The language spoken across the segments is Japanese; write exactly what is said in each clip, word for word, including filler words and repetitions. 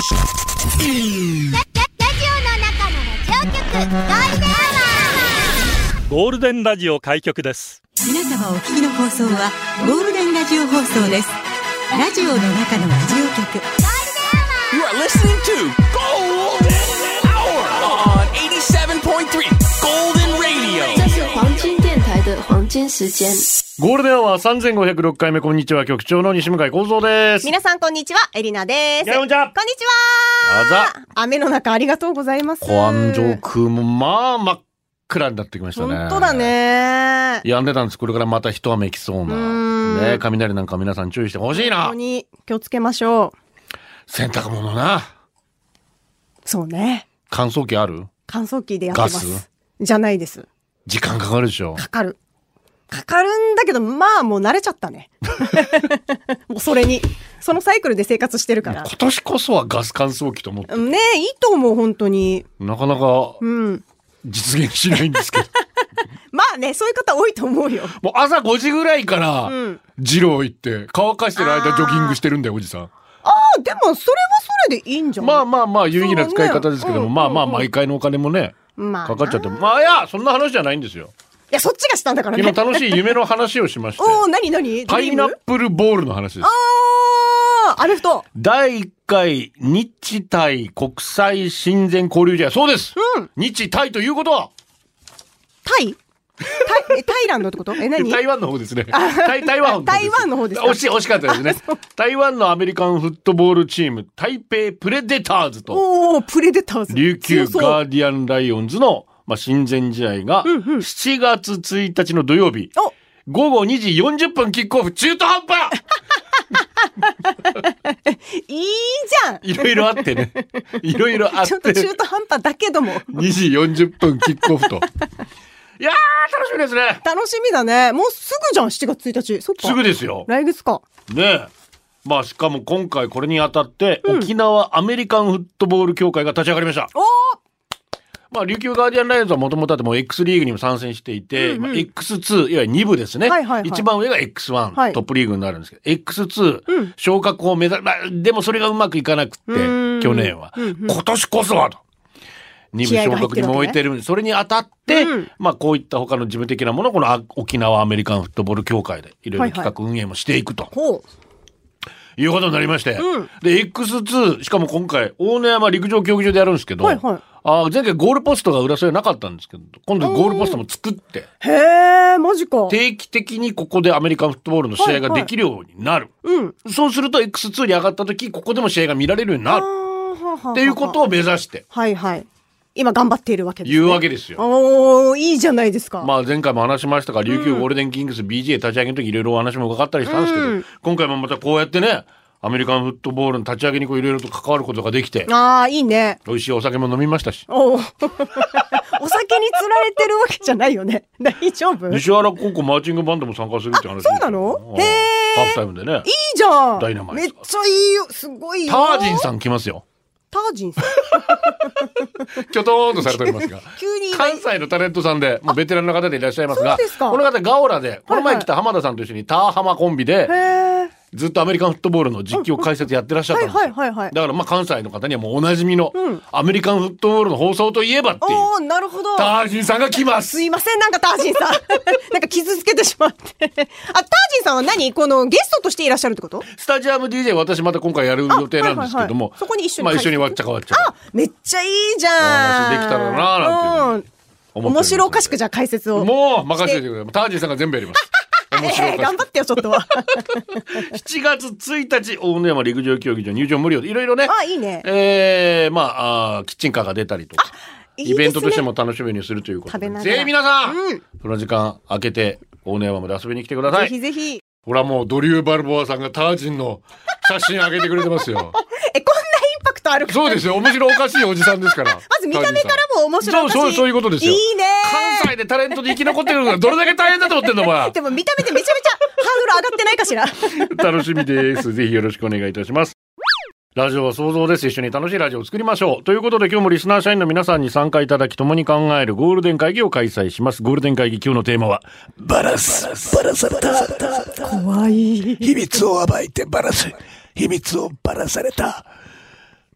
ゴールデンラジオ開局です。 皆様お聞きの放送はゴールデンラジオ放送です。ラジオの中のラジオ局 You are listening to Golden Hour on eighty-seven point three Golden Radio。 这是黄金電台的黄金時間。 ゴールデンアワーさんぜんごひゃくろっかいめ、こんにちは、局長の西向井光三です。 皆さんこんにちは、エリナです。 こんにちは。 こんにちは。 あざ。 雨の中ありがとうございます。 湖安上空もまあ真っ暗になってきましたね。 本当だね。 やんでたんです。これからまた一雨来そうなね、雷なんか皆さん注意してほしいな。 本当に気をつけましょう。 洗濯物な。 そうね。 乾燥機ある？ 乾燥機でやってます。 ガス？ じゃないです。 時間かかるでしょ。 かかる。かかるんだけど、まあもう慣れちゃったね。もうそれにそのサイクルで生活してるから。 今年こそはガス乾燥機と思ってねえ、いいと思う本当に。 なかなか実現しないんですけど、うん、 まあね、そういう方多いと思うよ。 もう朝ごじぐらいから二郎行って乾かしてる間ジョギングしてるんだよおじさん。 ああ、でもそれはそれでいいんじゃん。 まあまあまあ有意義な使い方ですけども、ね、うんうんうん、まあまあ毎回のお金もね、まあ、かかっちゃって、まあいやそんな話じゃないんですよ。 いや、そっちがしたんだからね。 昨日楽しい夢の話をしまして。 おー、なになに？ パイナップルボールの話です。 あー、アメフト。 だいいっかい日泰国際親善交流試合。そうです。 うん。 日泰ということはタイ？タイ、タイランドってこと？え、何？ 台湾の方ですね。台、台湾の方です。 台湾の方ですか。 惜しい、惜しかったですね。台湾のアメリカンフットボールチーム、台北プレデターズと。 おー、プレデターズ。 琉球ガーディアンライオンズのまあ、親善試合がしちがつついたちの土曜日、うん、ごごにじよんじゅっぷんキックオフ、中途半端いいじゃん。 いろいろあってね。いろいろあって。 ちょっと中途半端だけども。 にじよんじゅっぷんキックオフと。いやー、楽しみですね。 楽しみだね。もうすぐじゃん、しちがつついたち。そっか。 すぐですよ。 来月か。 ねえ。まあ、しかも今回これにあたって、うん、沖縄アメリカンフットボール協会が立ち上がりました。 おー、 まあ、琉球ガーディアンライオンズはもともとあってもう X リーグにも参戦していて、うんうん、まあ、エックスツー、いわゆるに部ですね。はいはいはい、一番上が エックスワン、はい、トップリーグになるんですけど、エックスツー、うん、昇格を目指す、まあ、でもそれがうまくいかなくって、去年は、うんうん。今年こそはと。に部昇格にも置いてるんで、それにあたって、うん、まあ、こういった他の事務的なものをこの沖縄アメリカンフットボール協会でいろいろ企画運営もしていくと。はいはい、いうことになりまして、うん、で エックスツー、 しかも今回大野山陸上競技場でやるんですけど、はいはい、あ、前回ゴールポストが浦添なかったんですけど、今度ゴールポストも作って、 へー、マジか。 定期的にここでアメリカンフットボールの試合ができるようになる、はいはい、うん、そうすると エックスツー に上がった時ここでも試合が見られるようになるっていうことを目指して、 はいはい、今頑張っているわけですね。 いうわけですよ。 おー、いいじゃないですか。 まあ前回も話しましたが、琉球ゴールデンキングス ビージェー 立ち上げの時いろいろお話も伺ったりしたんですけど、うん、今回もまたこうやってね、アメリカンフットボールの立ち上げにいろいろと関わることができて、 ああ、いいね。 美味しいお酒も飲みましたし。 おお酒に釣られてるわけじゃないよね。大丈夫？ 西原高校マーチングバンドも参加するって話です。 そうなの？へえ。 ハーフタイムでね。 いいじゃん。 ダイナマイト。 めっちゃいいよ。すごいよ。 タージンさん来ますよ。 タージンさん。 きょとーんとされておりますが。 急に関西のタレントさんで、もうベテランの方でいらっしゃいますが、この方ガオラで、この前来た浜田さんと一緒にターハマコンビで、ずっとアメリカンフットボールの実況解説やってらっしゃったんですよ。だからまあ関西の方にはもうおなじみのアメリカンフットボールの放送といえばっていう。 おー、なるほど。 タージンさんが来ます。 すいません、なんかタージンさんなんか傷つけてしまってあ、タージンさんは何、このゲストとしていらっしゃるってこと？ スタジアム ディージェー 私また今回やる予定なんですけども、はいはいはい、 そこに一緒に、 まあ、一緒にわっちゃかわっちゃか。 あ、めっちゃいいじゃん。お話できたらなーなんていう、 面白おかしくじゃあ解説をもう任せてください。タージンさんが全部やります面白い、 えー、頑張ってよちょっとはしちがつついたち大野山陸上競技場入場無料でいろいろね、 あ、いいね、 えー、まあ、あキッチンカーが出たりとか、いいですね、イベントとしても楽しみにするということで、ぜひ皆さん、うん、その時間空けて大野山まで遊びに来てください。 ぜひぜひ。 ほらもうドリュー・バルボアさんがタージンの写真上げてくれてますよえ、こんなインパクトあるか？ そうですよ、面白おかしいおじさんですからまず見た目からも面白おかしい。 そうそう、そういうことですよ。 いいね。 関西でタレントで生き残ってるのがどれだけ大変だと思ってんのお前でも見た目でめちゃめちゃハードル上がってないかしら楽しみです。ぜひよろしくお願いいたします。ラジオは想像です。一緒に楽しいラジオを作りましょう。ということで今日もリスナー社員の皆さんに参加いただき共に考えるゴールデン会議を開催します。ゴールデン会議、今日のテーマはバラす。バラされた。 怖い。 秘密を暴いてバラす。秘密をバラされた。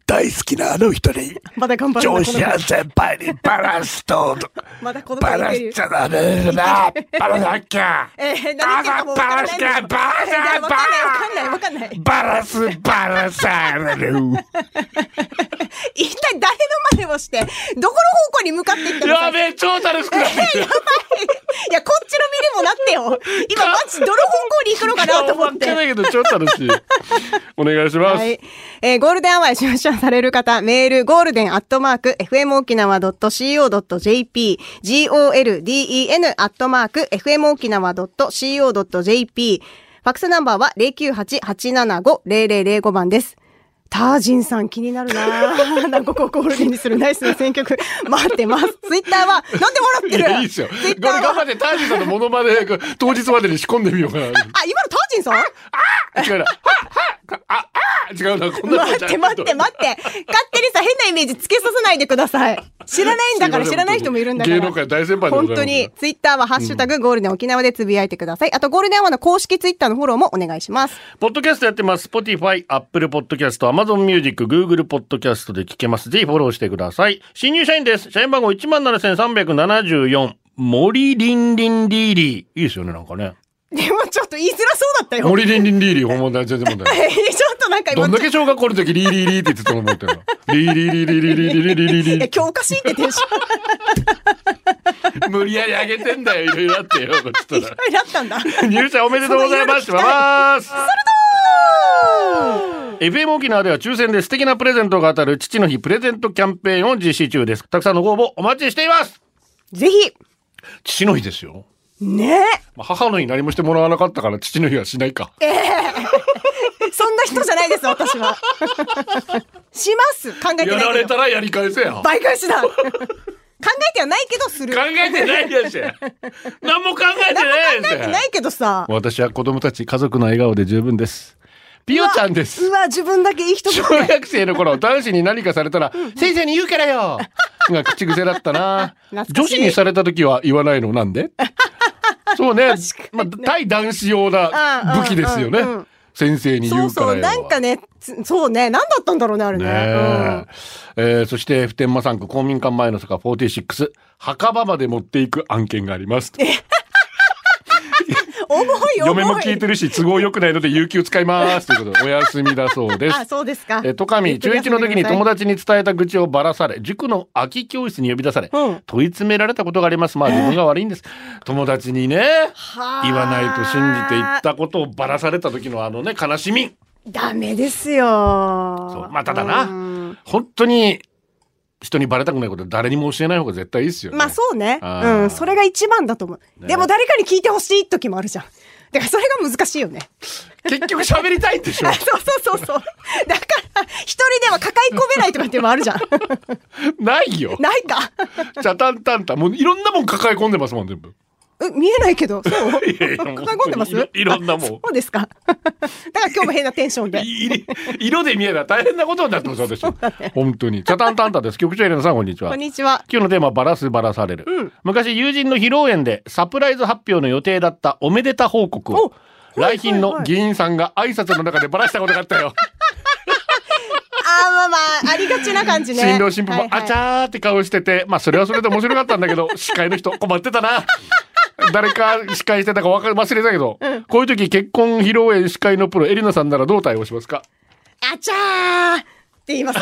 大好きなあの人にまだ頑張る上司や先輩にバラすとまだ子供バラがいけるしちゃダメだバラなきゃえー、何言ってるかもう分からないんだけどバラしちゃわかんないわかんないわかんないバラすバラされる一体誰の真似をしてどこの方向に向かっていったのかやべえ超楽しくなってるやばいいやこっちの身にもなってよ今マジどの方向に行くのかなと思ってわかんないけど超楽しいお願いします、 はいえー、ゴールデンアワー出社される方メールゴールデンアットマーク エフエム 沖縄 ドット シーオー ドット ジェーピー ゴールデン アットマーク エフエム 沖縄 ドット シーオー ドット ジェーピー ファックスナンバーは ゼロきゅうはち はちななご ゼロゼロゼロご 番です。タージンさん気になるな何個こうゴールデンにするナイスな選曲待ってます。ツイッターはなんで笑ってるいやいいですよ。これ頑張ってタージンさんのモノマネ当日までに仕込んでみようかな。あ、今のタージンさん？あ違うな。ははああ違うな。こんな待って待って待って。勝手にさ変なイメージつけさせないでください。知らないんだから知らない人もいるんだから。 芸能界大先輩でございます。 本当にツイッターはハッシュタグゴールデン沖縄でつぶやいてください。あとゴールデンアワーの公式ツイッターのフォローもお願いします。 ポッドキャストやってます。Spotify、Apple Podcast、Amazon Music、Google Podcast で聞けます。ぜひフォローしてください。新入社員です。社員番号 いちまんななせんさんびゃくななじゅうよん 森リンリンリーリー。いいですよねなんかね。 でもちょっと言いづらそうだったよ。 森リンリンリーリー、本物全然問題ない。 ちょっとなんか今どんだけ小学校の時リーリーリーって言ってたの思ってるの。リーリーリーリーリーリーリーリーリーリー。 いや今日おかしいってテンション。 無理やり上げてんだよ。いろいろあってよ。こっちとらいろいろあったんだ。 入社おめでとうございます。します。エフエム 沖縄では抽選で素敵なプレゼントが当たる父の日プレゼントキャンペーンを実施中です。たくさんのご応募お待ちしています。 ぜひ。 父の日ですよ。 ねえ。 母の日何もしてもらわなかったから父の日はしないか。 ええー、そんな人じゃないです私は。します。考えてないけど。 やられたらやり返せや。 倍返しだ。考えてはないけどする。 考えてないですよ。何も考えてないですよ。 何も考えてないけどさ。 私は子供たち家族の笑顔で十分です。ピオちゃんです。 うわ、自分だけいい人。 小学生の頃男子に何かされたら先生に言うからよが口癖だったな。女子にされた時は言わないのなんで？そうね、まあ、対男子用な武器ですよね。先生に言うからよ。 そうそう、なんかね、そうね、何だったんだろうね、あれね。ねえ、うんえー、そして、普天間産区公民館前の坂よんじゅうろく、墓場まで持っていく案件があります。 重い重い。 嫁も聞いてるし都合良くないので有給使いますということでお休みだそうです。 あ、そうですか。 え戸上中いちの時に友達に伝えた愚痴をばらされ塾の空き教室に呼び出され、うん、問い詰められたことがあります。まあ自分が悪いんです、えー、友達にね言わないと信じて言ったことをばらされた時のあのね悲しみダメですよ。 そうまあただな、うん、本当に人にバレたくないこと誰にも教えない方が絶対いいですよね。 まあそうね。うん。それが一番だと思う。ね、でも誰かに聞いてほしい時もあるじゃん。だからそれが難しいよね。 結局喋りたいんでしょ。 そうそうそうそう。だから一人では抱え込めないとかっていうのもあるじゃん。 ないよ。 ないか。 じゃたんたんたんもういろんなもん抱え込んでますもん全部。 え見えないけどそういやいや抱え込んでます？ い, いろんなもん。 そうですか。だから今日も変なテンションで色で見えたら大変なことになってます私、ね、本当にチャタンタンタです。局長エレナさんこんにちは。 こんにちは。 今日のテーマはバラすバラされる、うん、昔友人の披露宴でサプライズ発表の予定だったおめでた報告を来賓の議員さんが挨拶の中でバラしたことがあったよ。 あまあまあありがちな感じね。 新郎新婦もあちゃーって顔してて、まあそれはそれで面白かったんだけど司会の人困ってたな。誰か司会してたか忘れたけど、うん、こういう時結婚披露宴司会のプロエリナさんならどう対応しますか？あちゃーって言います。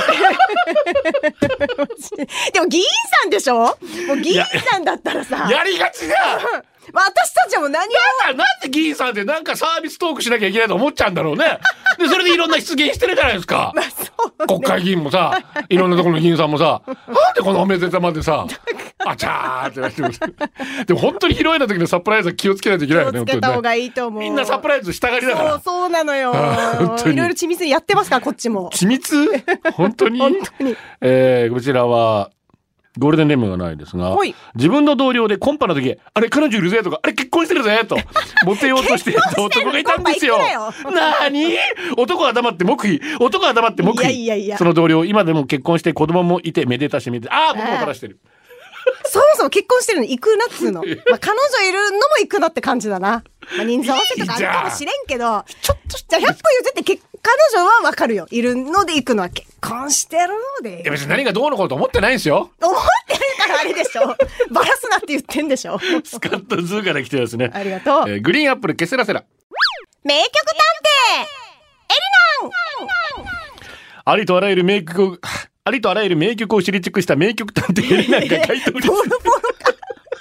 でも議員さんでしょ？もう議員さんだったらさやりがちだ。 私たちはもう何をなんなんで議員さんってなんかサービストークしなきゃいけないと思っちゃうんだろうね。でそれでいろんな失言してるじゃないですか。まあそうね、国会議員もさいろんなところの議員さんもさなんでこのおめでたまでさあちゃーってなってます。でも本当に披露宴の時のサプライズは気をつけないといけないよね。 気をつけた方がいいと思う。 みんなサプライズしたがりだから。 そうそうなのよ。いろいろ緻密にやってますからこっちも。 緻密？本当に？ 本当に。 えー、こちらはゴールデンレモンがないですが、自分の同僚でコンパの時あれ彼女いるぜとかあれ結婚してるぜとモテようとしていた男がいたんですよ。なに？男は黙って黙秘、男は黙って黙秘。いやいやいや、その同僚今でも結婚して子供もいてめでたしめでた。ああ僕もからしてる。 そもそも結婚してるのに行くなっつうの。まあ彼女いるのも行くなって感じだな。まあ人数合わせとかあるかもしれんけど、ちょっとじゃあひゃっぽ譲って彼女はわかるよ。いるので行くのは結婚してるで。 いや別に何がどうのこうと思ってないんですよ。 思ってるからあれでしょ。バラすなって言ってんでしょ。 スカッとズーから来てですね。 ありがとう。 えー、グリーンアップルケセラセラ。 名曲探偵エリナン。 ありとあらゆる名曲をありとあらゆる名曲を知り尽くした名曲探偵エリナンが回答です。 ボロボロか。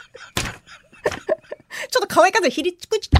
ちょっと可愛い風ひりつくちた。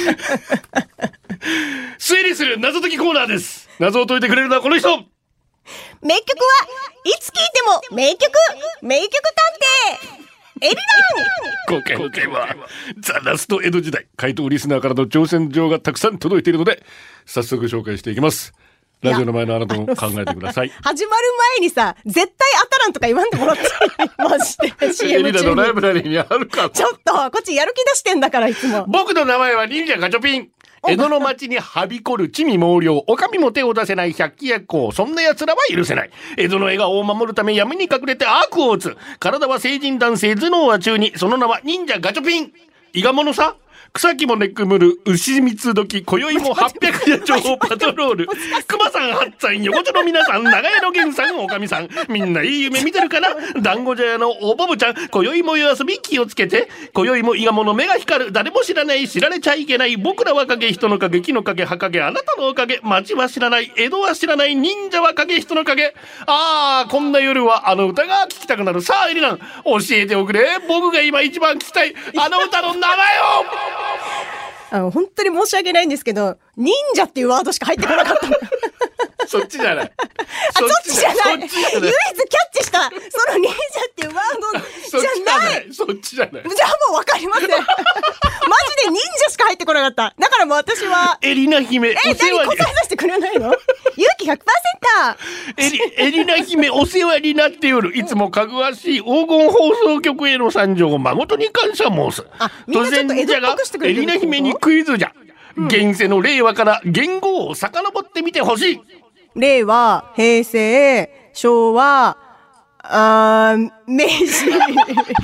推理する謎解きコーナーです。謎を解いてくれるのはこの人。 名曲はいつ聴いても名曲名曲探偵エリナン。 今回のテーマはザ・ラスト江戸時代。回答リスナーからの挑戦状がたくさん届いているので早速紹介していきます。ラジオの前のあなたも考えてください。 始まる前にさ、絶対当たらんとか言わんでもらってマジで シーエム 中に。 エリナのライブラリーにあるか。 ちょっとこっちやる気出してんだからいつも。 僕の名前は忍者ガチョピン。江戸の町にはびこる地味猛量、お上も手を出せない百鬼夜行、そんな奴らは許せない。江戸の笑顔を守るため闇に隠れて悪を打つ。体は成人男性、頭脳は中二、その名は忍者ガチョピン。伊賀者さ、草木もねくむる牛蜜時、今宵もはっぴゃくや町をパトロール。熊さん、八さん、横丁の皆さん、長屋の源さん、おかみさん、みんないい夢見てるかな。団子茶屋のおぼぶちゃん、今宵も夜遊び気をつけて。今宵も伊賀者目が光る。誰も知らない、知られちゃいけない。僕らは影、人の影、木の影、葉影、あなたのおかげ。町は知らない、江戸は知らない、忍者は影、人の影。ああ、こんな夜はあの歌が聞きたくなる。さあ、エリナン、教えておくれ。僕が今一番聞きたい、あの歌の名前を。 あの本当に申し訳ないんですけど、忍者っていうワードしか入ってこなかったの。 そっちじゃない。 あ、そっちじゃない。唯一キャッチしたその忍者っていうワードじゃない。 そっちじゃない。 じゃあもうわかりません。マジで忍者しか入ってこなかった。だからもう私はエリナ姫、 え、何答え出してくれないの？勇気 ひゃくパーセント。 エリ、エリナ姫お世話になっておる。いつもかぐわしい黄金放送局への参上を誠に感謝申す。 突然じゃがエリナ姫にクイズじゃ。現世の令和から元号を遡ってみてほしい。 令和、平成、昭和、あー、明治。え、ちょっと待って、ちょっと待って。あ、ちょちょ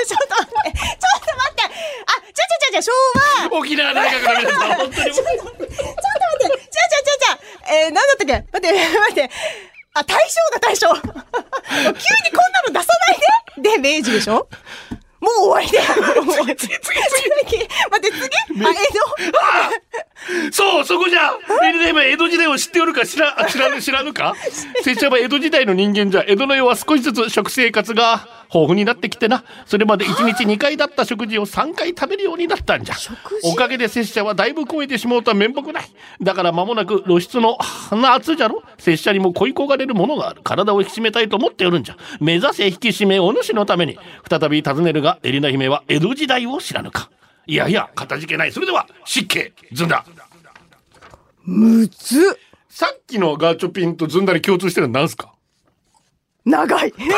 ちょちょ、昭和。 沖縄大学の皆さん、本当に。ちょっと待って、ちょちょちょちょ、えー、なんだったっけ待って、待って。あ、大正だ、大正。急にこんなの出さないで。で、明治でしょ？もう終わりだよ。次、次、次、次。待って、次？あ、江戸？ そう、そこじゃ。エリナ姫、江戸時代を知っておるか知ら、知らぬ、知らぬか？拙者は江戸時代の人間じゃ。江戸の世は少しずつ食生活が豊富になってきてな。それまでいちにちにかいだった食事をさんかい食べるようになったんじゃ。おかげで拙者はだいぶ超えてしまうとは面目ない。だから間もなく露出の夏じゃろ。拙者にも恋焦がれるものがある。体を引き締めたいと思っておるんじゃ。目指せ引き締めお主のために。再び尋ねるが、エリナ姫は江戸時代を知らぬか。いやいや、かたじけない。それでは、失敬、ずんだ。 むずっ。 さっきのガーチョピンとずんだに共通してるのは何すか？ 長い。マジで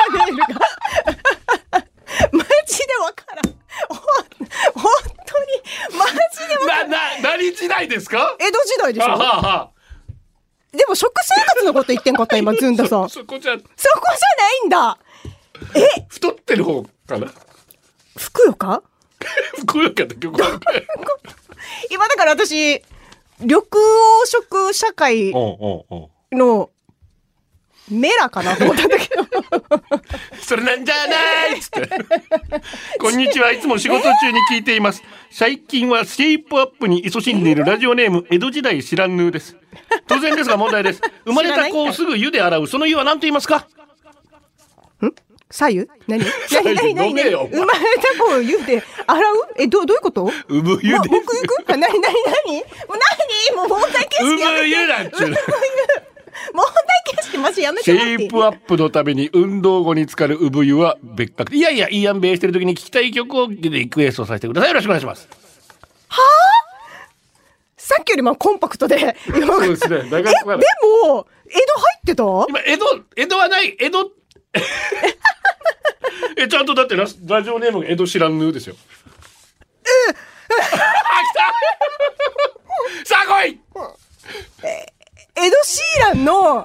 わからん。ほんとに、マジでわからん。 な、な、何時代ですか？ 江戸時代でしょ？ はははでも食生活のこと言ってんかった今、ずんださん。 そ、そこじゃ、 そこじゃないんだ。え？ 太ってる方かな？ ふくよか？ ふくよかって曲あるかい？ 今だから私、緑黄色社会のメラかなと思ったんだけど。 それなんじゃないっつって。こんにちは、いつも仕事中に聞いています。最近はシェイプアップに勤しんでいるラジオネーム、江戸時代知らんぬーです。当然ですが問題です。生まれた子をすぐ湯で洗う、その湯は何と言いますか？ ん？左右？何？何何何何？生まれた子を湯で洗う？え、ど、どういうこと？ 産湯です。 もう行く？何何何？もう何？もう問題形式やめて。 産湯なんちゅうの。 問題形式マジやめてもらっていい？ シェイプアップのために運動後に浸かる産湯は別格。いやいや、いいやんべいしてる時に聞きたい曲をリクエストさせてください。よろしくお願いします。 はぁ？さっきよりもコンパクトで。 そうですね。長くはない。 え、でも、江戸入ってた？ 今、江戸、江戸はない。江戸、え、ちゃんとだってラ、ラジオネームが江戸知らんぬですよ。 うん。 あ、来たさあ来いえ、エド・シーランの、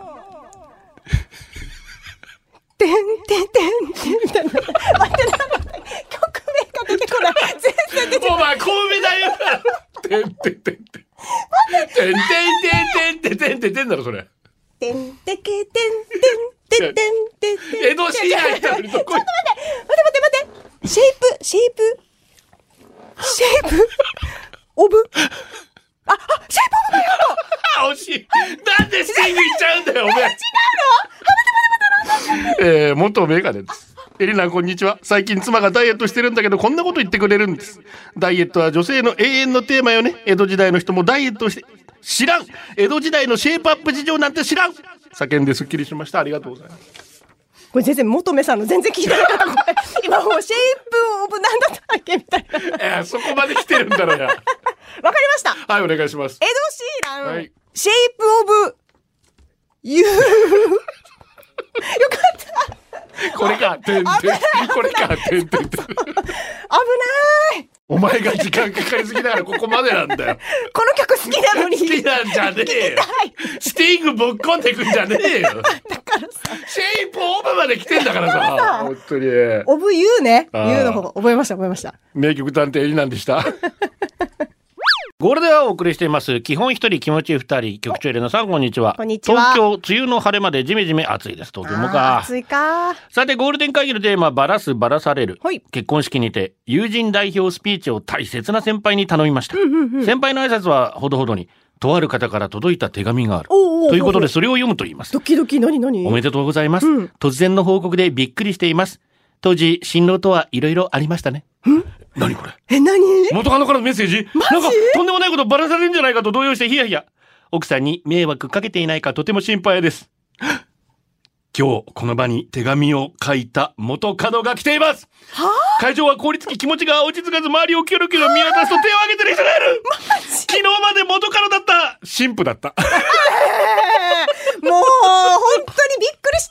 てんてんてんてんてん。待って、曲名が出てこない。全然出てこない。 お前、小梅だよ。てんてんてんてん。てんてんてんてんてんてんてんてんだろ、それ。 てんてけてんてんてんてんてんてん。 江戸時代だのにどこに。 ちょっと待って待って待って待って。シェイプシェイプシェイプオブ。あ、あ、シェイプオブのよ。 惜しい。なんでスティングいっちゃうんだよお前。違うの。待って待って待って。えー、元メガネです。エリナこんにちは。最近妻がダイエットしてるんだけどこんなこと言ってくれるんです。ダイエットは女性の永遠のテーマよね。江戸時代の人もダイエットして知らん。江戸時代のシェイプアップ事情なんて知らん。叫んですっきりしました。ありがとうございます。 これ全然元目さんの全然聞いてなかったこれ。今もうシェイプオブなんだったっけみたいな。 えー、そこまで来てるんだろうな。 わかりました。 はいお願いします。 エドシーラン、 はい、 シェイプオブユー。よかった。 これか。てんてん。これか。てんてんてん。危ない。お前が時間かかりすぎだからここまでなんだよ。 この曲好きなのに。 好きなんじゃねえよ。スティングぶっこんでくんじゃねえよ。だからさ。シェイプオブまで来てんだからさ。本当に。 オブユーね。ユーの方覚えました覚えました。 名曲探偵エリナンでした。ゴールデンはお送りしています基本一人気持ち二人局長エレナさんこんにちは。 こんにちは。 東京梅雨の晴れまでジメジメ暑いです。東京もか暑いか。 さてゴールデン会議のテーマバラすバラされる、 はい、 結婚式にて友人代表スピーチを大切な先輩に頼みました、うんうんうん、先輩の挨拶はほどほどにとある方から届いた手紙があるおうおうということでそれを読むと言います。 ドキドキ何何。 おめでとうございます、うん、突然の報告でびっくりしています。当時新郎とはいろいろありましたね。ん何これ。 え、何。 元カノからのメッセージ。なんかとんでもないことバラされるんじゃないかと動揺してヒヤヒヤ。奥さんに迷惑かけていないかとても心配です。今日この場に手紙を書いた元カノが来ています。はあ、会場は凍りつき気持ちが落ち着かず周りをキョロキョロ見渡すと手を挙げてる人がいる。昨日まで元カノだった新婦だった。 もう本当にびっくりした。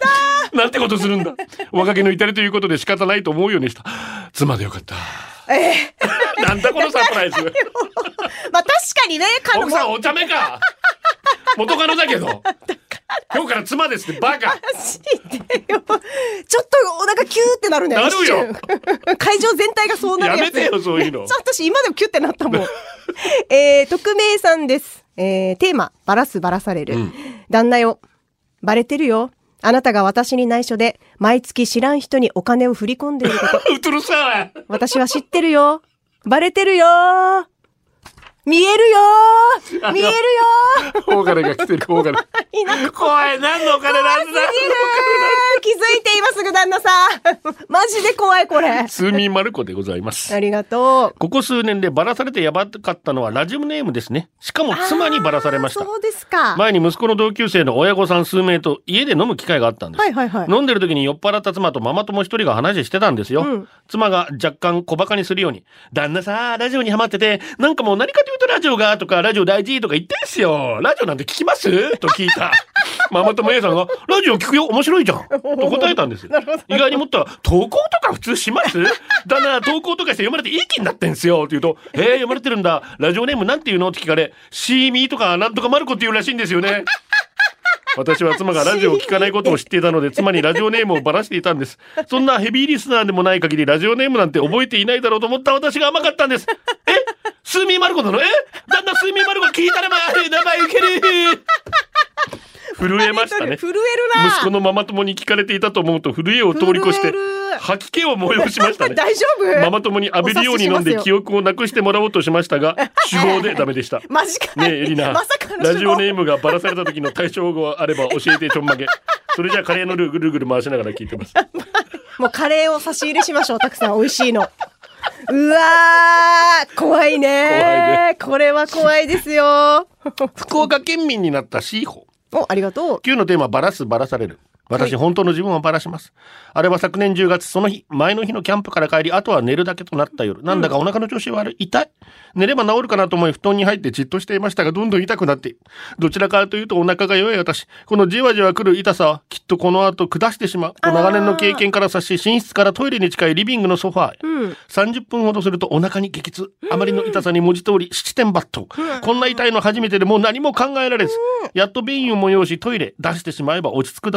なんてことするんだ。若気の至りということで仕方ないと思うようにした。妻でよかった。ええ、なんだこのサプライズ。 まあ確かにね。 奥さんお茶目か。元カノだけど。今日から妻ですってバカ。マジでよ。ちょっとお腹キューってなるね。 なるよ。 会場全体がそうなるやつ。 やめてよそういうの。 私今でもキュってなったもん。えー、匿名さんです。えー、テーマバラすバラされる、うん、旦那よバレてるよ。あなたが私に内緒で毎月知らん人にお金を振り込んでいること。 うつるさい。 私は知ってるよ。バレてるよ。見えるよー見えるよー。 大金が来てる大金。怖い。何のお金なんだ。 気づいて今すぐ旦那さん。マジで怖いこれ。 スーミーマルコでございます。 ありがとう。 ここ数年でバラされてやばかったのはラジオネームですね。しかも妻にバラされました。 そうですか。 前に息子の同級生の親御さん数名と家で飲む機会があったんです、 はいはいはい、 飲んでる時に酔っ払った妻とママ友一人が話してたんですよ、うん、妻が若干小馬鹿にするように旦那さラジオにハマっててなんかもう何かというとラジオがとかラジオ大事とか言ってんすよ。ラジオなんて聞きますと聞いた。ママ友 A さんがラジオ聞くよ面白いじゃんと答えたんですよ。意外にもっと投稿とか普通します。旦那投稿とかして読まれていい気になってんすよって言うとえー、読まれてるんだ。ラジオネームなんて言うのって聞かれシーミーとかなんとかマルコって言うらしいんですよね。私は妻がラジオを聞かないことを知っていたので妻にラジオネームをばらしていたんです。そんなヘビーリスナーでもない限りラジオネームなんて覚えていないだろうと思った私が甘かったんです。えスーミーマルコなの。え旦那スーミーマルコ聞いたらまあ名前受ける。震えましたね。 震えるな。 息子のママ友に聞かれていたと思うと震えを通り越して吐き気を催しましたね。 大丈夫。 ママ友に浴びるように飲んで記憶をなくしてもらおうとしましたが酒豪でダメでした。 マジかねえエリナ、まさかのラジオネームがバラされた時の対処法があれば教えてちょんまげ。それじゃあカレーのルーぐるぐる回しながら聞いてます。 もうカレーを差し入れしましょう。たくさん美味しいの。うわー怖いね。怖いね。これは怖いですよ。 福岡県民になったシーホ。 お、ありがとう。 今日のテーマバラすバラされる。私、はい、本当の自分をバラします。あれは昨年じゅうがつ、その日前の日のキャンプから帰りあとは寝るだけとなった夜、なんだかお腹の調子悪い、痛い、寝れば治るかなと思い布団に入ってじっとしていましたがどんどん痛くなって、どちらかというとお腹が弱い私、このじわじわ来る痛さはきっとこの後下してしまう。長年の経験から察し寝室からトイレに近いリビングのソファーへ、うん、さんじゅっぷんほどするとお腹に激痛、あまりの痛さに文字通り七点抜刀、うん、こんな痛いの初めてでもう何も考えられず、うん、やっと便意を催しトイレ出してしまえば落ち着くだろうと思った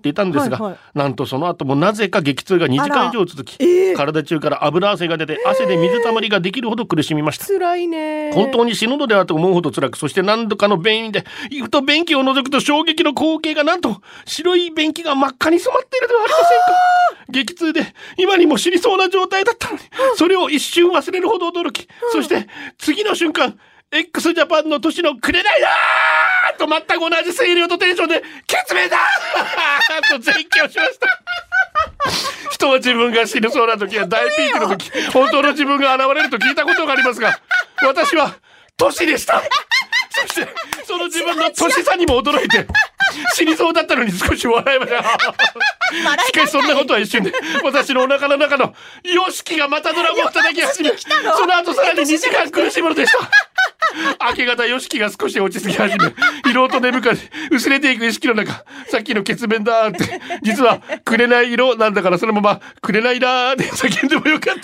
っていたんですが、はいはい、なんとその後もなぜか激痛がにじかん以上続き、えー、体中から油汗が出て汗で水たまりができるほど苦しみました。 辛いね。 本当に死ぬのではと思うほど辛く、そして何度かの便意でふと便器を覗くと衝撃の光景が、なんと白い便器が真っ赤に染まっているではありませんか。激痛で今にも死にそうな状態だったのに、それを一瞬忘れるほど驚き、そして次の瞬間 x ジャパンの年のくれないだーと全く同じ声量とテンションで決命だーと絶叫しました。人は自分が死ぬそうな時や大ピークの時、本当の自分が現れると聞いたことがありますが、私はトシでした。そしてその自分のトシさにも驚いて死にそうだったのに少し笑いました。しかしそんなことは一瞬で、私のお腹の中のヨシキがまたドラムを叩き始め、その後さらににじかん苦しむのでした。明け方ヨシキが少し落ち着き始め、疲労と眠気で薄れていく意識の中、さっきの血面だーって、実はくれない色なんだからそのままくれないだーって叫んでもよかった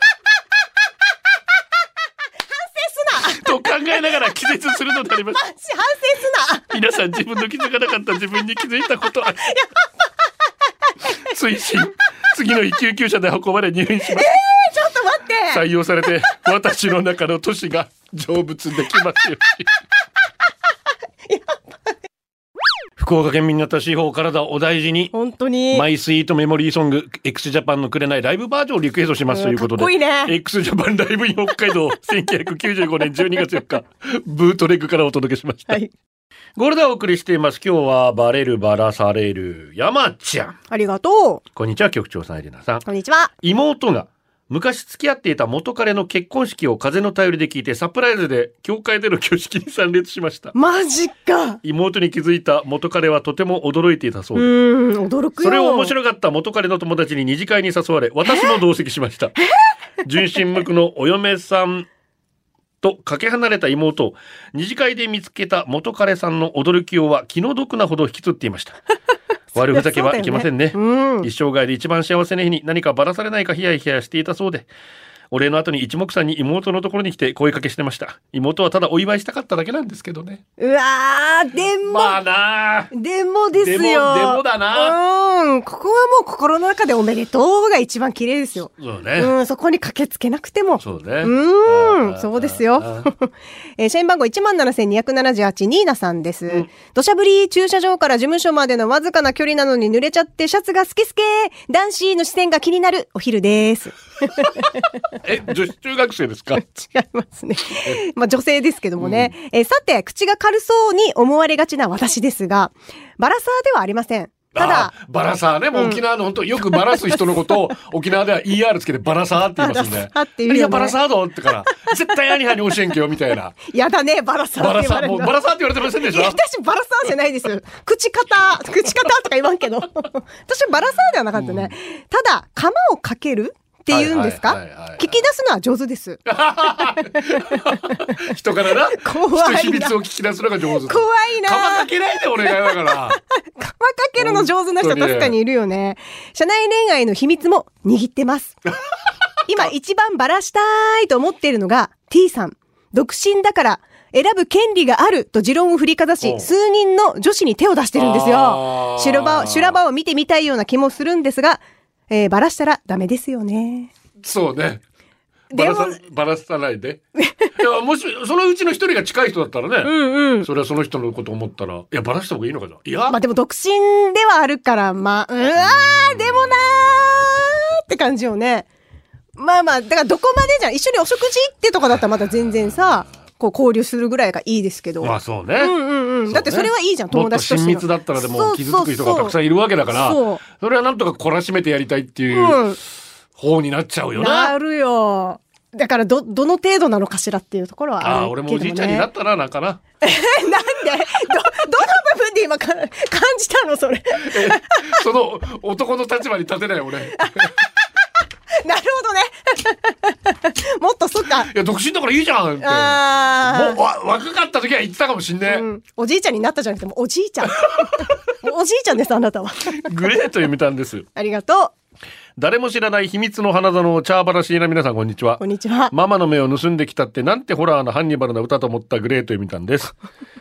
と考えながら気絶するのであります。 反省すな。 皆さん自分の気づかなかった自分に気づいたことは追伸、次の救急車で運ばれ入院しました。えー、 ちょっと待って。 採用されて私の中の都市が成仏できますよ福岡県民型司法、体をお大事に。 本当にマイスイートメモリーソング x ジャパンのくれないライブバージョンをリクエストしますということで、 かっこいいね。 x ジャパンライブイン北海道せんきゅうひゃくきゅうじゅうごねんじゅうにがつよっかブートレッグからお届けしました、はい、ゴールデンをお送りしています。今日はバレるバラされる山ちゃん、 ありがとう。 こんにちは。局長さん、エレナさん、 こんにちは。 妹が昔付き合っていた元彼の結婚式を風の便りで聞いて、サプライズで教会での挙式に参列しました。 マジか。 妹に気づいた元彼はとても驚いていたそうで、 うーん、驚くよ。 それを面白かった元彼の友達に二次会に誘われ、私も同席しました。純真無垢のお嫁さんとかけ離れた妹を二次会で見つけた元彼さんの驚きようは気の毒なほど引きつっていました。悪ふざけはいけませんね、うん、一生涯で一番幸せな日に何かばらされないかヒヤヒヤしていたそうで、お礼の後に一目散に妹のところに来て声かけしてました。妹はただお祝いしたかっただけなんですけどね。 うわー、でもまあなーでもですよ。でも、 でもだな。 うん、ここはもう心の中でおめでとうが一番綺麗ですよ。 そうね。 うん、そこに駆けつけなくても。 そうね。 うん、そうですよ。えー、社員番号 いちまんななせんにひゃくななじゅうはち ニーナさんです。うん、土砂降り駐車場から事務所までのわずかな距離なのに濡れちゃってシャツがスケスケ。男子の視線が気になるお昼です。 え、女子中学生ですか？ 違いますね。まあ女性ですけどもね。うん、えー、さて、口が軽そうに思われがちな私ですが、バラサーではありません。ただ、 バラサーね、もう沖縄の本当、うん、よくバラす人のことを沖縄では イーアール つけてバラサーって言いますんで。バラサーって言うよね。いや、バラサーどってから、絶対兄はに教えんけよみたいな。 やだね、バラサーって言われるの。 バラサーって言われてませんでしょ？ いや、私バラサーじゃないです。口方、口方とか言わんけど。私はバラサーではなかったね。うん、ただ、釜をかけるって言うんですか？聞き出すのは上手です。 人からな、 怖いな。 人秘密を聞き出すのが上手。 怖いな。 釜かけないでお願いだから。釜かけるの上手な人確かにいるよね。社内恋愛の秘密も握ってます。今一番バラしたいと思っているのが T さん。独身だから選ぶ権利があると持論を振りかざし、数人の女子に手を出してるんですよ。修羅場、修羅場を見てみたいような気もするんですが、えー、バラしたらダメですよね。 そうね。バラさ、バラさないで。いや、もし、そのうちの一人が近い人だったらね。うんうん。それはその人のこと思ったら、いや、バラした方がいいのかな。いや。 まあでも独身ではあるから、まあ、うわー、でもなーって感じよね。まあまあ、だからどこまでじゃん。一緒にお食事行ってとかだったらまだ全然さ、こう交流するぐらいがいいですけど。 まあそうね。 うんうんうん。ね、だってそれはいいじゃん、友達として。 もっと親密だったらでも傷つく人がたくさんいるわけだから、そう。それはなんとか懲らしめてやりたいっていう方になっちゃうよな。 なるよ。だからど、どの程度なのかしらっていうところはあるけどね。ああ、 俺もおじいちゃんになったらなんかな。 なんでど、どの部分で今か感じたのそれ。 その男の立場に立てない俺。 なるほどね。もっとそっか。 いや、独身だからいいじゃんって。あもうわ若かった時は言ってたかもしんね、うん。 おじいちゃんになったじゃなくてもおじいちゃん。おじいちゃんですあなたは。 グレーと読みたんです。 ありがとう。 誰も知らない秘密の花園チャーバラシーな皆さんこんにちは。 こんにちは。 ママの目を盗んできたってなんてホラーなハンニバルな歌と思ったグレーと読みたんです。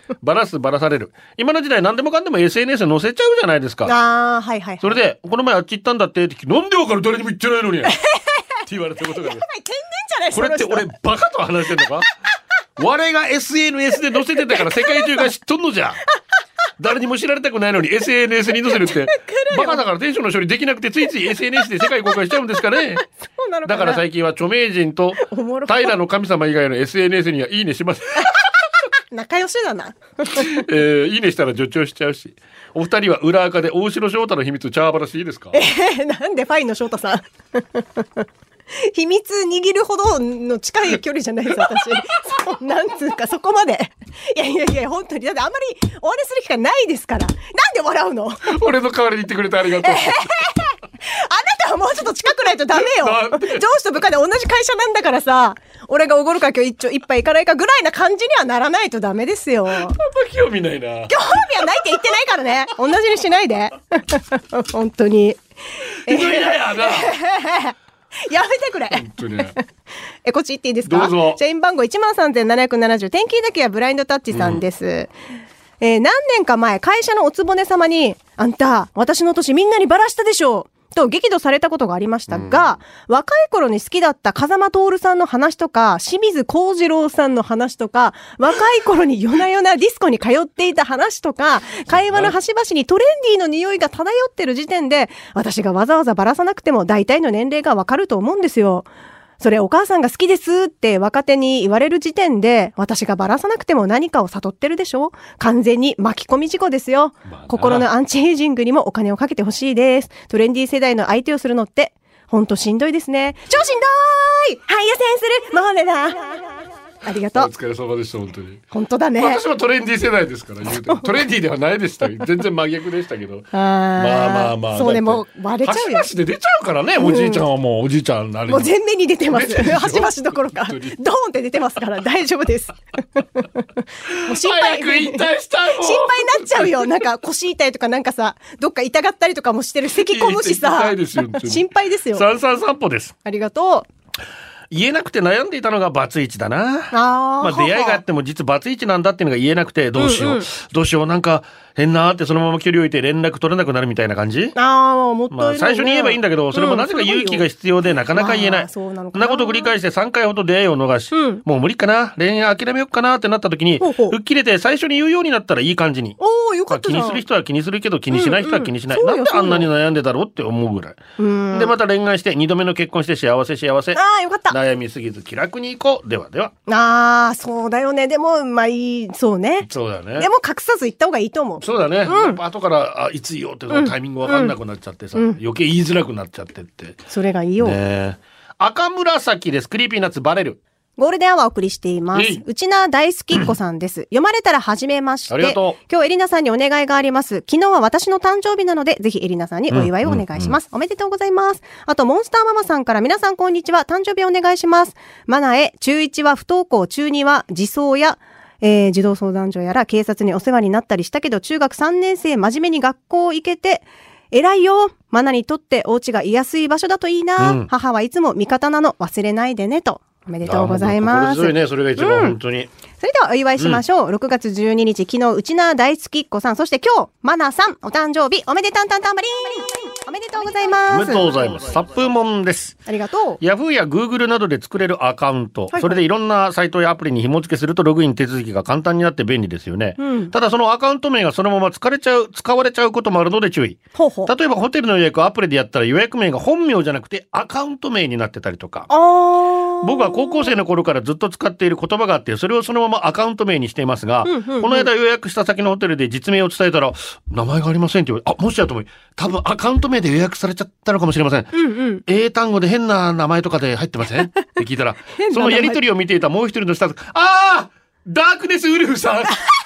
バラすバラされる。今の時代何でもかんでも エスエヌエス に載せちゃうじゃないですか。 あー、はいはい、はい。 それでこの前あっち行ったんだってってなんでわかる誰にも言ってないのにって言われたことがある。 やばい、天然じゃないこれって俺バカと話してんのか我が エスエヌエス で載せてたから世界中が知っとんのじゃ。誰にも知られたくないのに エスエヌエス に載せるってバカだからテンションの処理できなくてついつい エスエヌエス で世界公開しちゃうんですかね。 そうなのかな。 だから最近は著名人と平の神様以外の エスエヌエス にはいいねします仲良しだな、 えー、いいねしたら助長しちゃうし。お二人は裏垢で大城翔太の秘密チャーバラしていいですか。 えー、なんでファイの翔太さん秘密握るほどの近い距離じゃないです私そうなんつうかそこまでいやいやいや本当にだってあんまりお話する機会ないですから。なんで笑うの俺の代わりに言ってくれてありがとう、えー、あなたはもうちょっと近くないとダメよ。上司と部下で同じ会社なんだからさ、俺がおごるか今日一丁一杯いかないかぐらいな感じにはならないとダメですよ。あんま興味ないな。 興味はないって言ってないからね同じにしないで本当にひどいなやなやめてくれ本当にえ、こっち行っていいですか。 どうぞ。 社員番号 いちまんさんぜんななひゃくななじゅう 天気だけはブラインドタッチさんです、うん、えー、何年か前会社のおつぼね様にあんた私の年みんなにバラしたでしょと激怒されたことがありましたが、うん、若い頃に好きだった風間徹さんの話とか清水幸次郎さんの話とか若い頃に夜な夜なディスコに通っていた話とか会話の端々にトレンディーの匂いが漂ってる時点で私がわざわざバラさなくても大体の年齢がわかると思うんですよ。それお母さんが好きですって若手に言われる時点で私がバラさなくても何かを悟ってるでしょ。完全に巻き込み事故ですよ、まあ、心のアンチエイジングにもお金をかけてほしいです。トレンディー世代の相手をするのってほんとしんどいですね。超しんどーいはい予選するもうねだありがとう。 お疲れ様でした。本当に本当だね。 私はトレンディー世代ですから言うてトレンディーではないでした全然真逆でしたけどあまあまあまあそうねもう割れちゃうよ。 端々で出ちゃうからね、うん、おじいちゃんはもうおじいちゃんなりもう全面に出てます端々どころかドーンって出てますから大丈夫ですもう心配早く引退したいもん心配になっちゃうよ。なんか腰痛いとかなんかさどっか痛がったりとかもしてる咳込むしさ心配ですよ。 三三散歩です。 ありがとう。 言えなくて悩んでいたのがバツイチだな。あ、まあ、出会いがあっても実バツイチなんだっていうのが言えなくてどうしよう、うんうん、どうしようなんか変なってそのまま距離を置いて連絡取れなくなるみたいな感じ。あ、もったいないね。まあ、最初に言えばいいんだけどそれもなぜか勇気が必要でなかなか言えない、うん、そんなことを繰り返してさんかいほど出会いを逃し、うん、もう無理かな恋愛諦めようかなってなった時にほうほう吹っ切れて最初に言うようになったらいい感じに。おーよかったじゃん。まあ、気にする人は気にするけど気にしない人は気にしない、うんうん、なんであんなに悩んでだろうって思うぐらい。うんでまた恋愛してにどめの結婚して幸せ幸せ。あーよかった。悩みすぎず気楽に行こう。ではでは。 あーそうだよね。でもまあいいそうね。 そうだね。 でも隠さず言った方がいいと思う。 そうだね、うん、後からあいつ言おうってのタイミング分かんなくなっちゃってさ、うん、余計言いづらくなっちゃってってそれがいいよ、ね、 赤紫です。クリーピーナッツバレるゴールデンアワーお送りしています。うちな大好きっ子さんです。読まれたら始めまして、ありがとう。今日エリナさんにお願いがあります。昨日は私の誕生日なので、ぜひエリナさんにお祝いをお願いします。うんうんうん、おめでとうございます。あと、モンスターママさんから皆さんこんにちは。誕生日お願いします。マナエ、中いちは不登校、中には自走や、えー、児童相談所やら警察にお世話になったりしたけど、中学さんねん生真面目に学校行けて、偉いよ。マナにとってお家が居やすい場所だといいな、うん、母はいつも味方なの忘れないでねと。おめでとうございます。 心強いね、それが一番、うん、本当に。 それではお祝いしましょう。うん、ろくがつじゅうににち、昨日、うちな大好きっ子さん、そして今日、マナさん、お誕生日、おめでたんたんたんばりーん。おめでとうございます。 おめでとうございます。サップモンです。 ありがとう。 ヤフーやグーグルなどで作れるアカウント、はいはい、それでいろんなサイトやアプリに紐付けするとログイン手続きが簡単になって便利ですよね。うん、ただそのアカウント名がそのまま使われちゃう、使われちゃうこともあるので注意。ほうほう。例えばホテルの予約をアプリでやったら予約名が本名じゃなくてアカウント名になってたりとか。あー。僕は高校生の頃からずっと使っている言葉があってそれをそのままアカウント名にしていますが、うんうんうん、この間予約した先のホテルで実名を伝えたら名前がありませんって言われて、あ、もしやと思い多分アカウント名で予約されちゃったのかもしれません、うんうん、英単語で変な名前とかで入ってませんって聞いたらそのやり取りを見ていたもう一人のスタッフ、あーダークネスウルフさん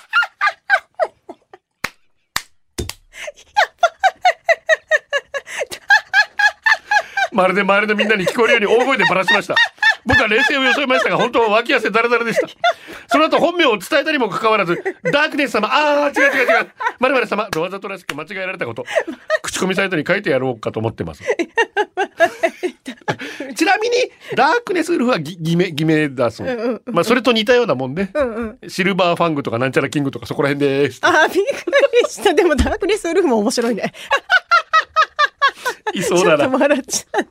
まるで周りのみんなに聞こえるように大声でバラしました。僕は冷静を装いましたが本当は脇汗ダラダラでした。 その後本名を伝えたにもかかわらずダークネス様、あー違う違う違う〇〇様、わざとらしく間違えられたこと、口コミサイトに書いてやろうかと思ってますちなみにダークネスウルフは偽名偽名だそう、うんうん、まあそれと似たようなもんね、うんうん、シルバーファングとかなんちゃらキングとかそこら辺です。 あーびっくりした。でもダークネスウルフも面白いねいそうだな。 ちょっと笑っちゃった、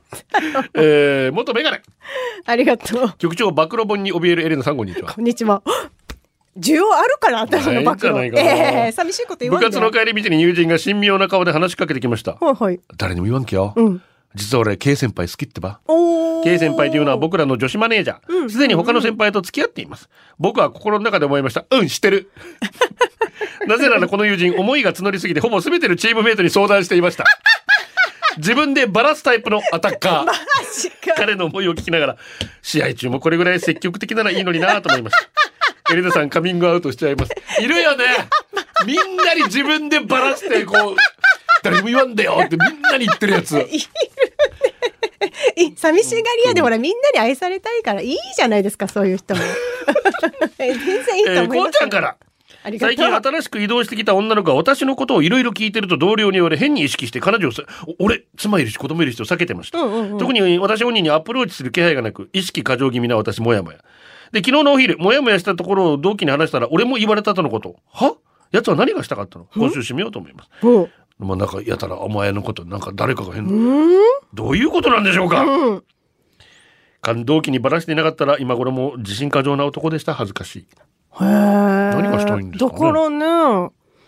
えー、元メガネありがとう。 局長、暴露本に怯えるエレナさん、こんにちは。 こんにちは。需要あるかな、私の暴露。えー、寂しいこと言わんで。 部活の帰り道に友人が神妙な顔で話しかけてきました。はいはい、誰にも言わんけよ、うん、実は俺 K 先輩好きってば。 K 先輩というのは僕らの女子マネージャー、すで、うん、に他の先輩と付き合っています。僕は心の中で思いました。うん、知ってるなぜならこの友人、思いが募りすぎてほぼ全てのチームメイトに相談していました自分でバラすタイプのアタッカー彼の思いを聞きながら、試合中もこれぐらい積極的ならいいのになと思いましたエレナさん、カミングアウトしちゃいます。いるよね、みんなに自分でバラしてこう誰にも言わんだよってみんなに言ってるやついるね。 寂しがり屋で、ほらみんなに愛されたいからいいじゃないですか、そういう人も全然いいと思います、えー、こうちゃんから、最近新しく移動してきた女の子が私のことをいろいろ聞いてると同僚に言われ、変に意識して彼女を俺妻いるし子供いるしと避けてました、うんうんうん、特に私本人にアプローチする気配がなく、意識過剰気味な私、もやもやで、昨日のお昼もやもやしたところを同期に話したら、俺も言われたとのこと。はやつは何がしたかったの、今週してみようと思います。まあ、なんかやたらお前のことなんか誰かが変な、どういうことなんでしょうか、うん、同期にばらしていなかったら今頃も自信過剰な男でした。恥ずかしい。へー、何がしたいんですかね。 だからね、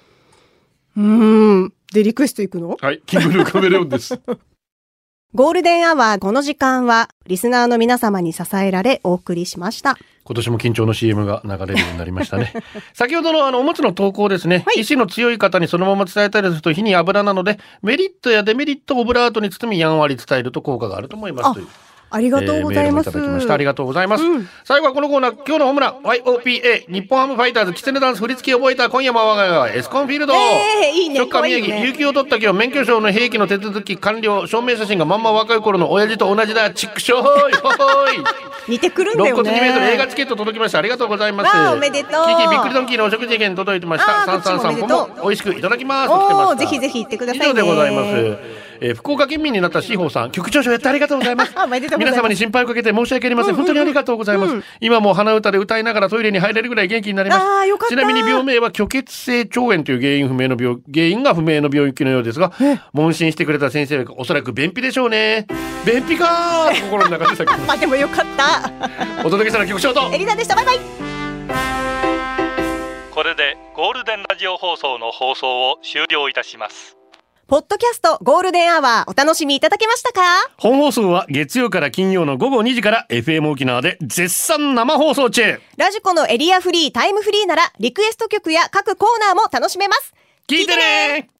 うんでリクエストいくの。 はい、キングルーカメレオンですゴールデンアワー、この時間はリスナーの皆様に支えられお送りしました。 今年も緊張の シーエム が流れるようになりましたね先ほどのあのおむつの投稿ですね、はい、意志の強い方にそのまま伝えたりすると火に油なので、メリットやデメリットをオブラートに包みやんわり伝えると効果があると思いますという。 ありがとうございます、 えー、メールもいただきました。ありがとうございます、うん、最後はこのコーナー、今日のホームラン ワイオーピーエー 日本ハムファイターズキツネダンス振り付け覚えた今夜も我が家はエスコンフィールド、 えー、いいね、 ショッカー宮城、有給を取った今日免許証の兵器の手続き完了、証明写真がまんま若い頃の親父と同じだ、チックショーホイホイ似てくるんだよね。 肋骨にメートル映画チケット届きました。ありがとうございます。 わあ、おめでとう。 キキびっくりドンキーのお食事券届いてました。さんさんさん本も美味しくいただきます。 おぜひぜひ行ってくださいね。 以上でございます、えー、福岡県民になった志保さん、局長賞やってありがとうございます皆様に心配をかけて申し訳ありません、うんうん、本当にありがとうございます、うん、今も鼻歌で歌いながらトイレに入れるぐらい元気になります。 あよかった。 ちなみに病名は虚血性腸炎という原因不明の病原因が不明の病気のようですが、問診してくれた先生はおそらく便秘でしょうね。便秘かー心の中で叫ぶまあでもよかったお届けしたら局長とエリナでした。バイバイ。 これでゴールデンラジオ放送の放送を終了いたします。 ポッドキャストゴールデンアワー、お楽しみいただけましたか。 本放送は月曜から金曜の午後にじから エフエム 沖縄で絶賛生放送中。 ラジコのエリアフリータイムフリーならリクエスト曲や各コーナーも楽しめます。 聞いてね。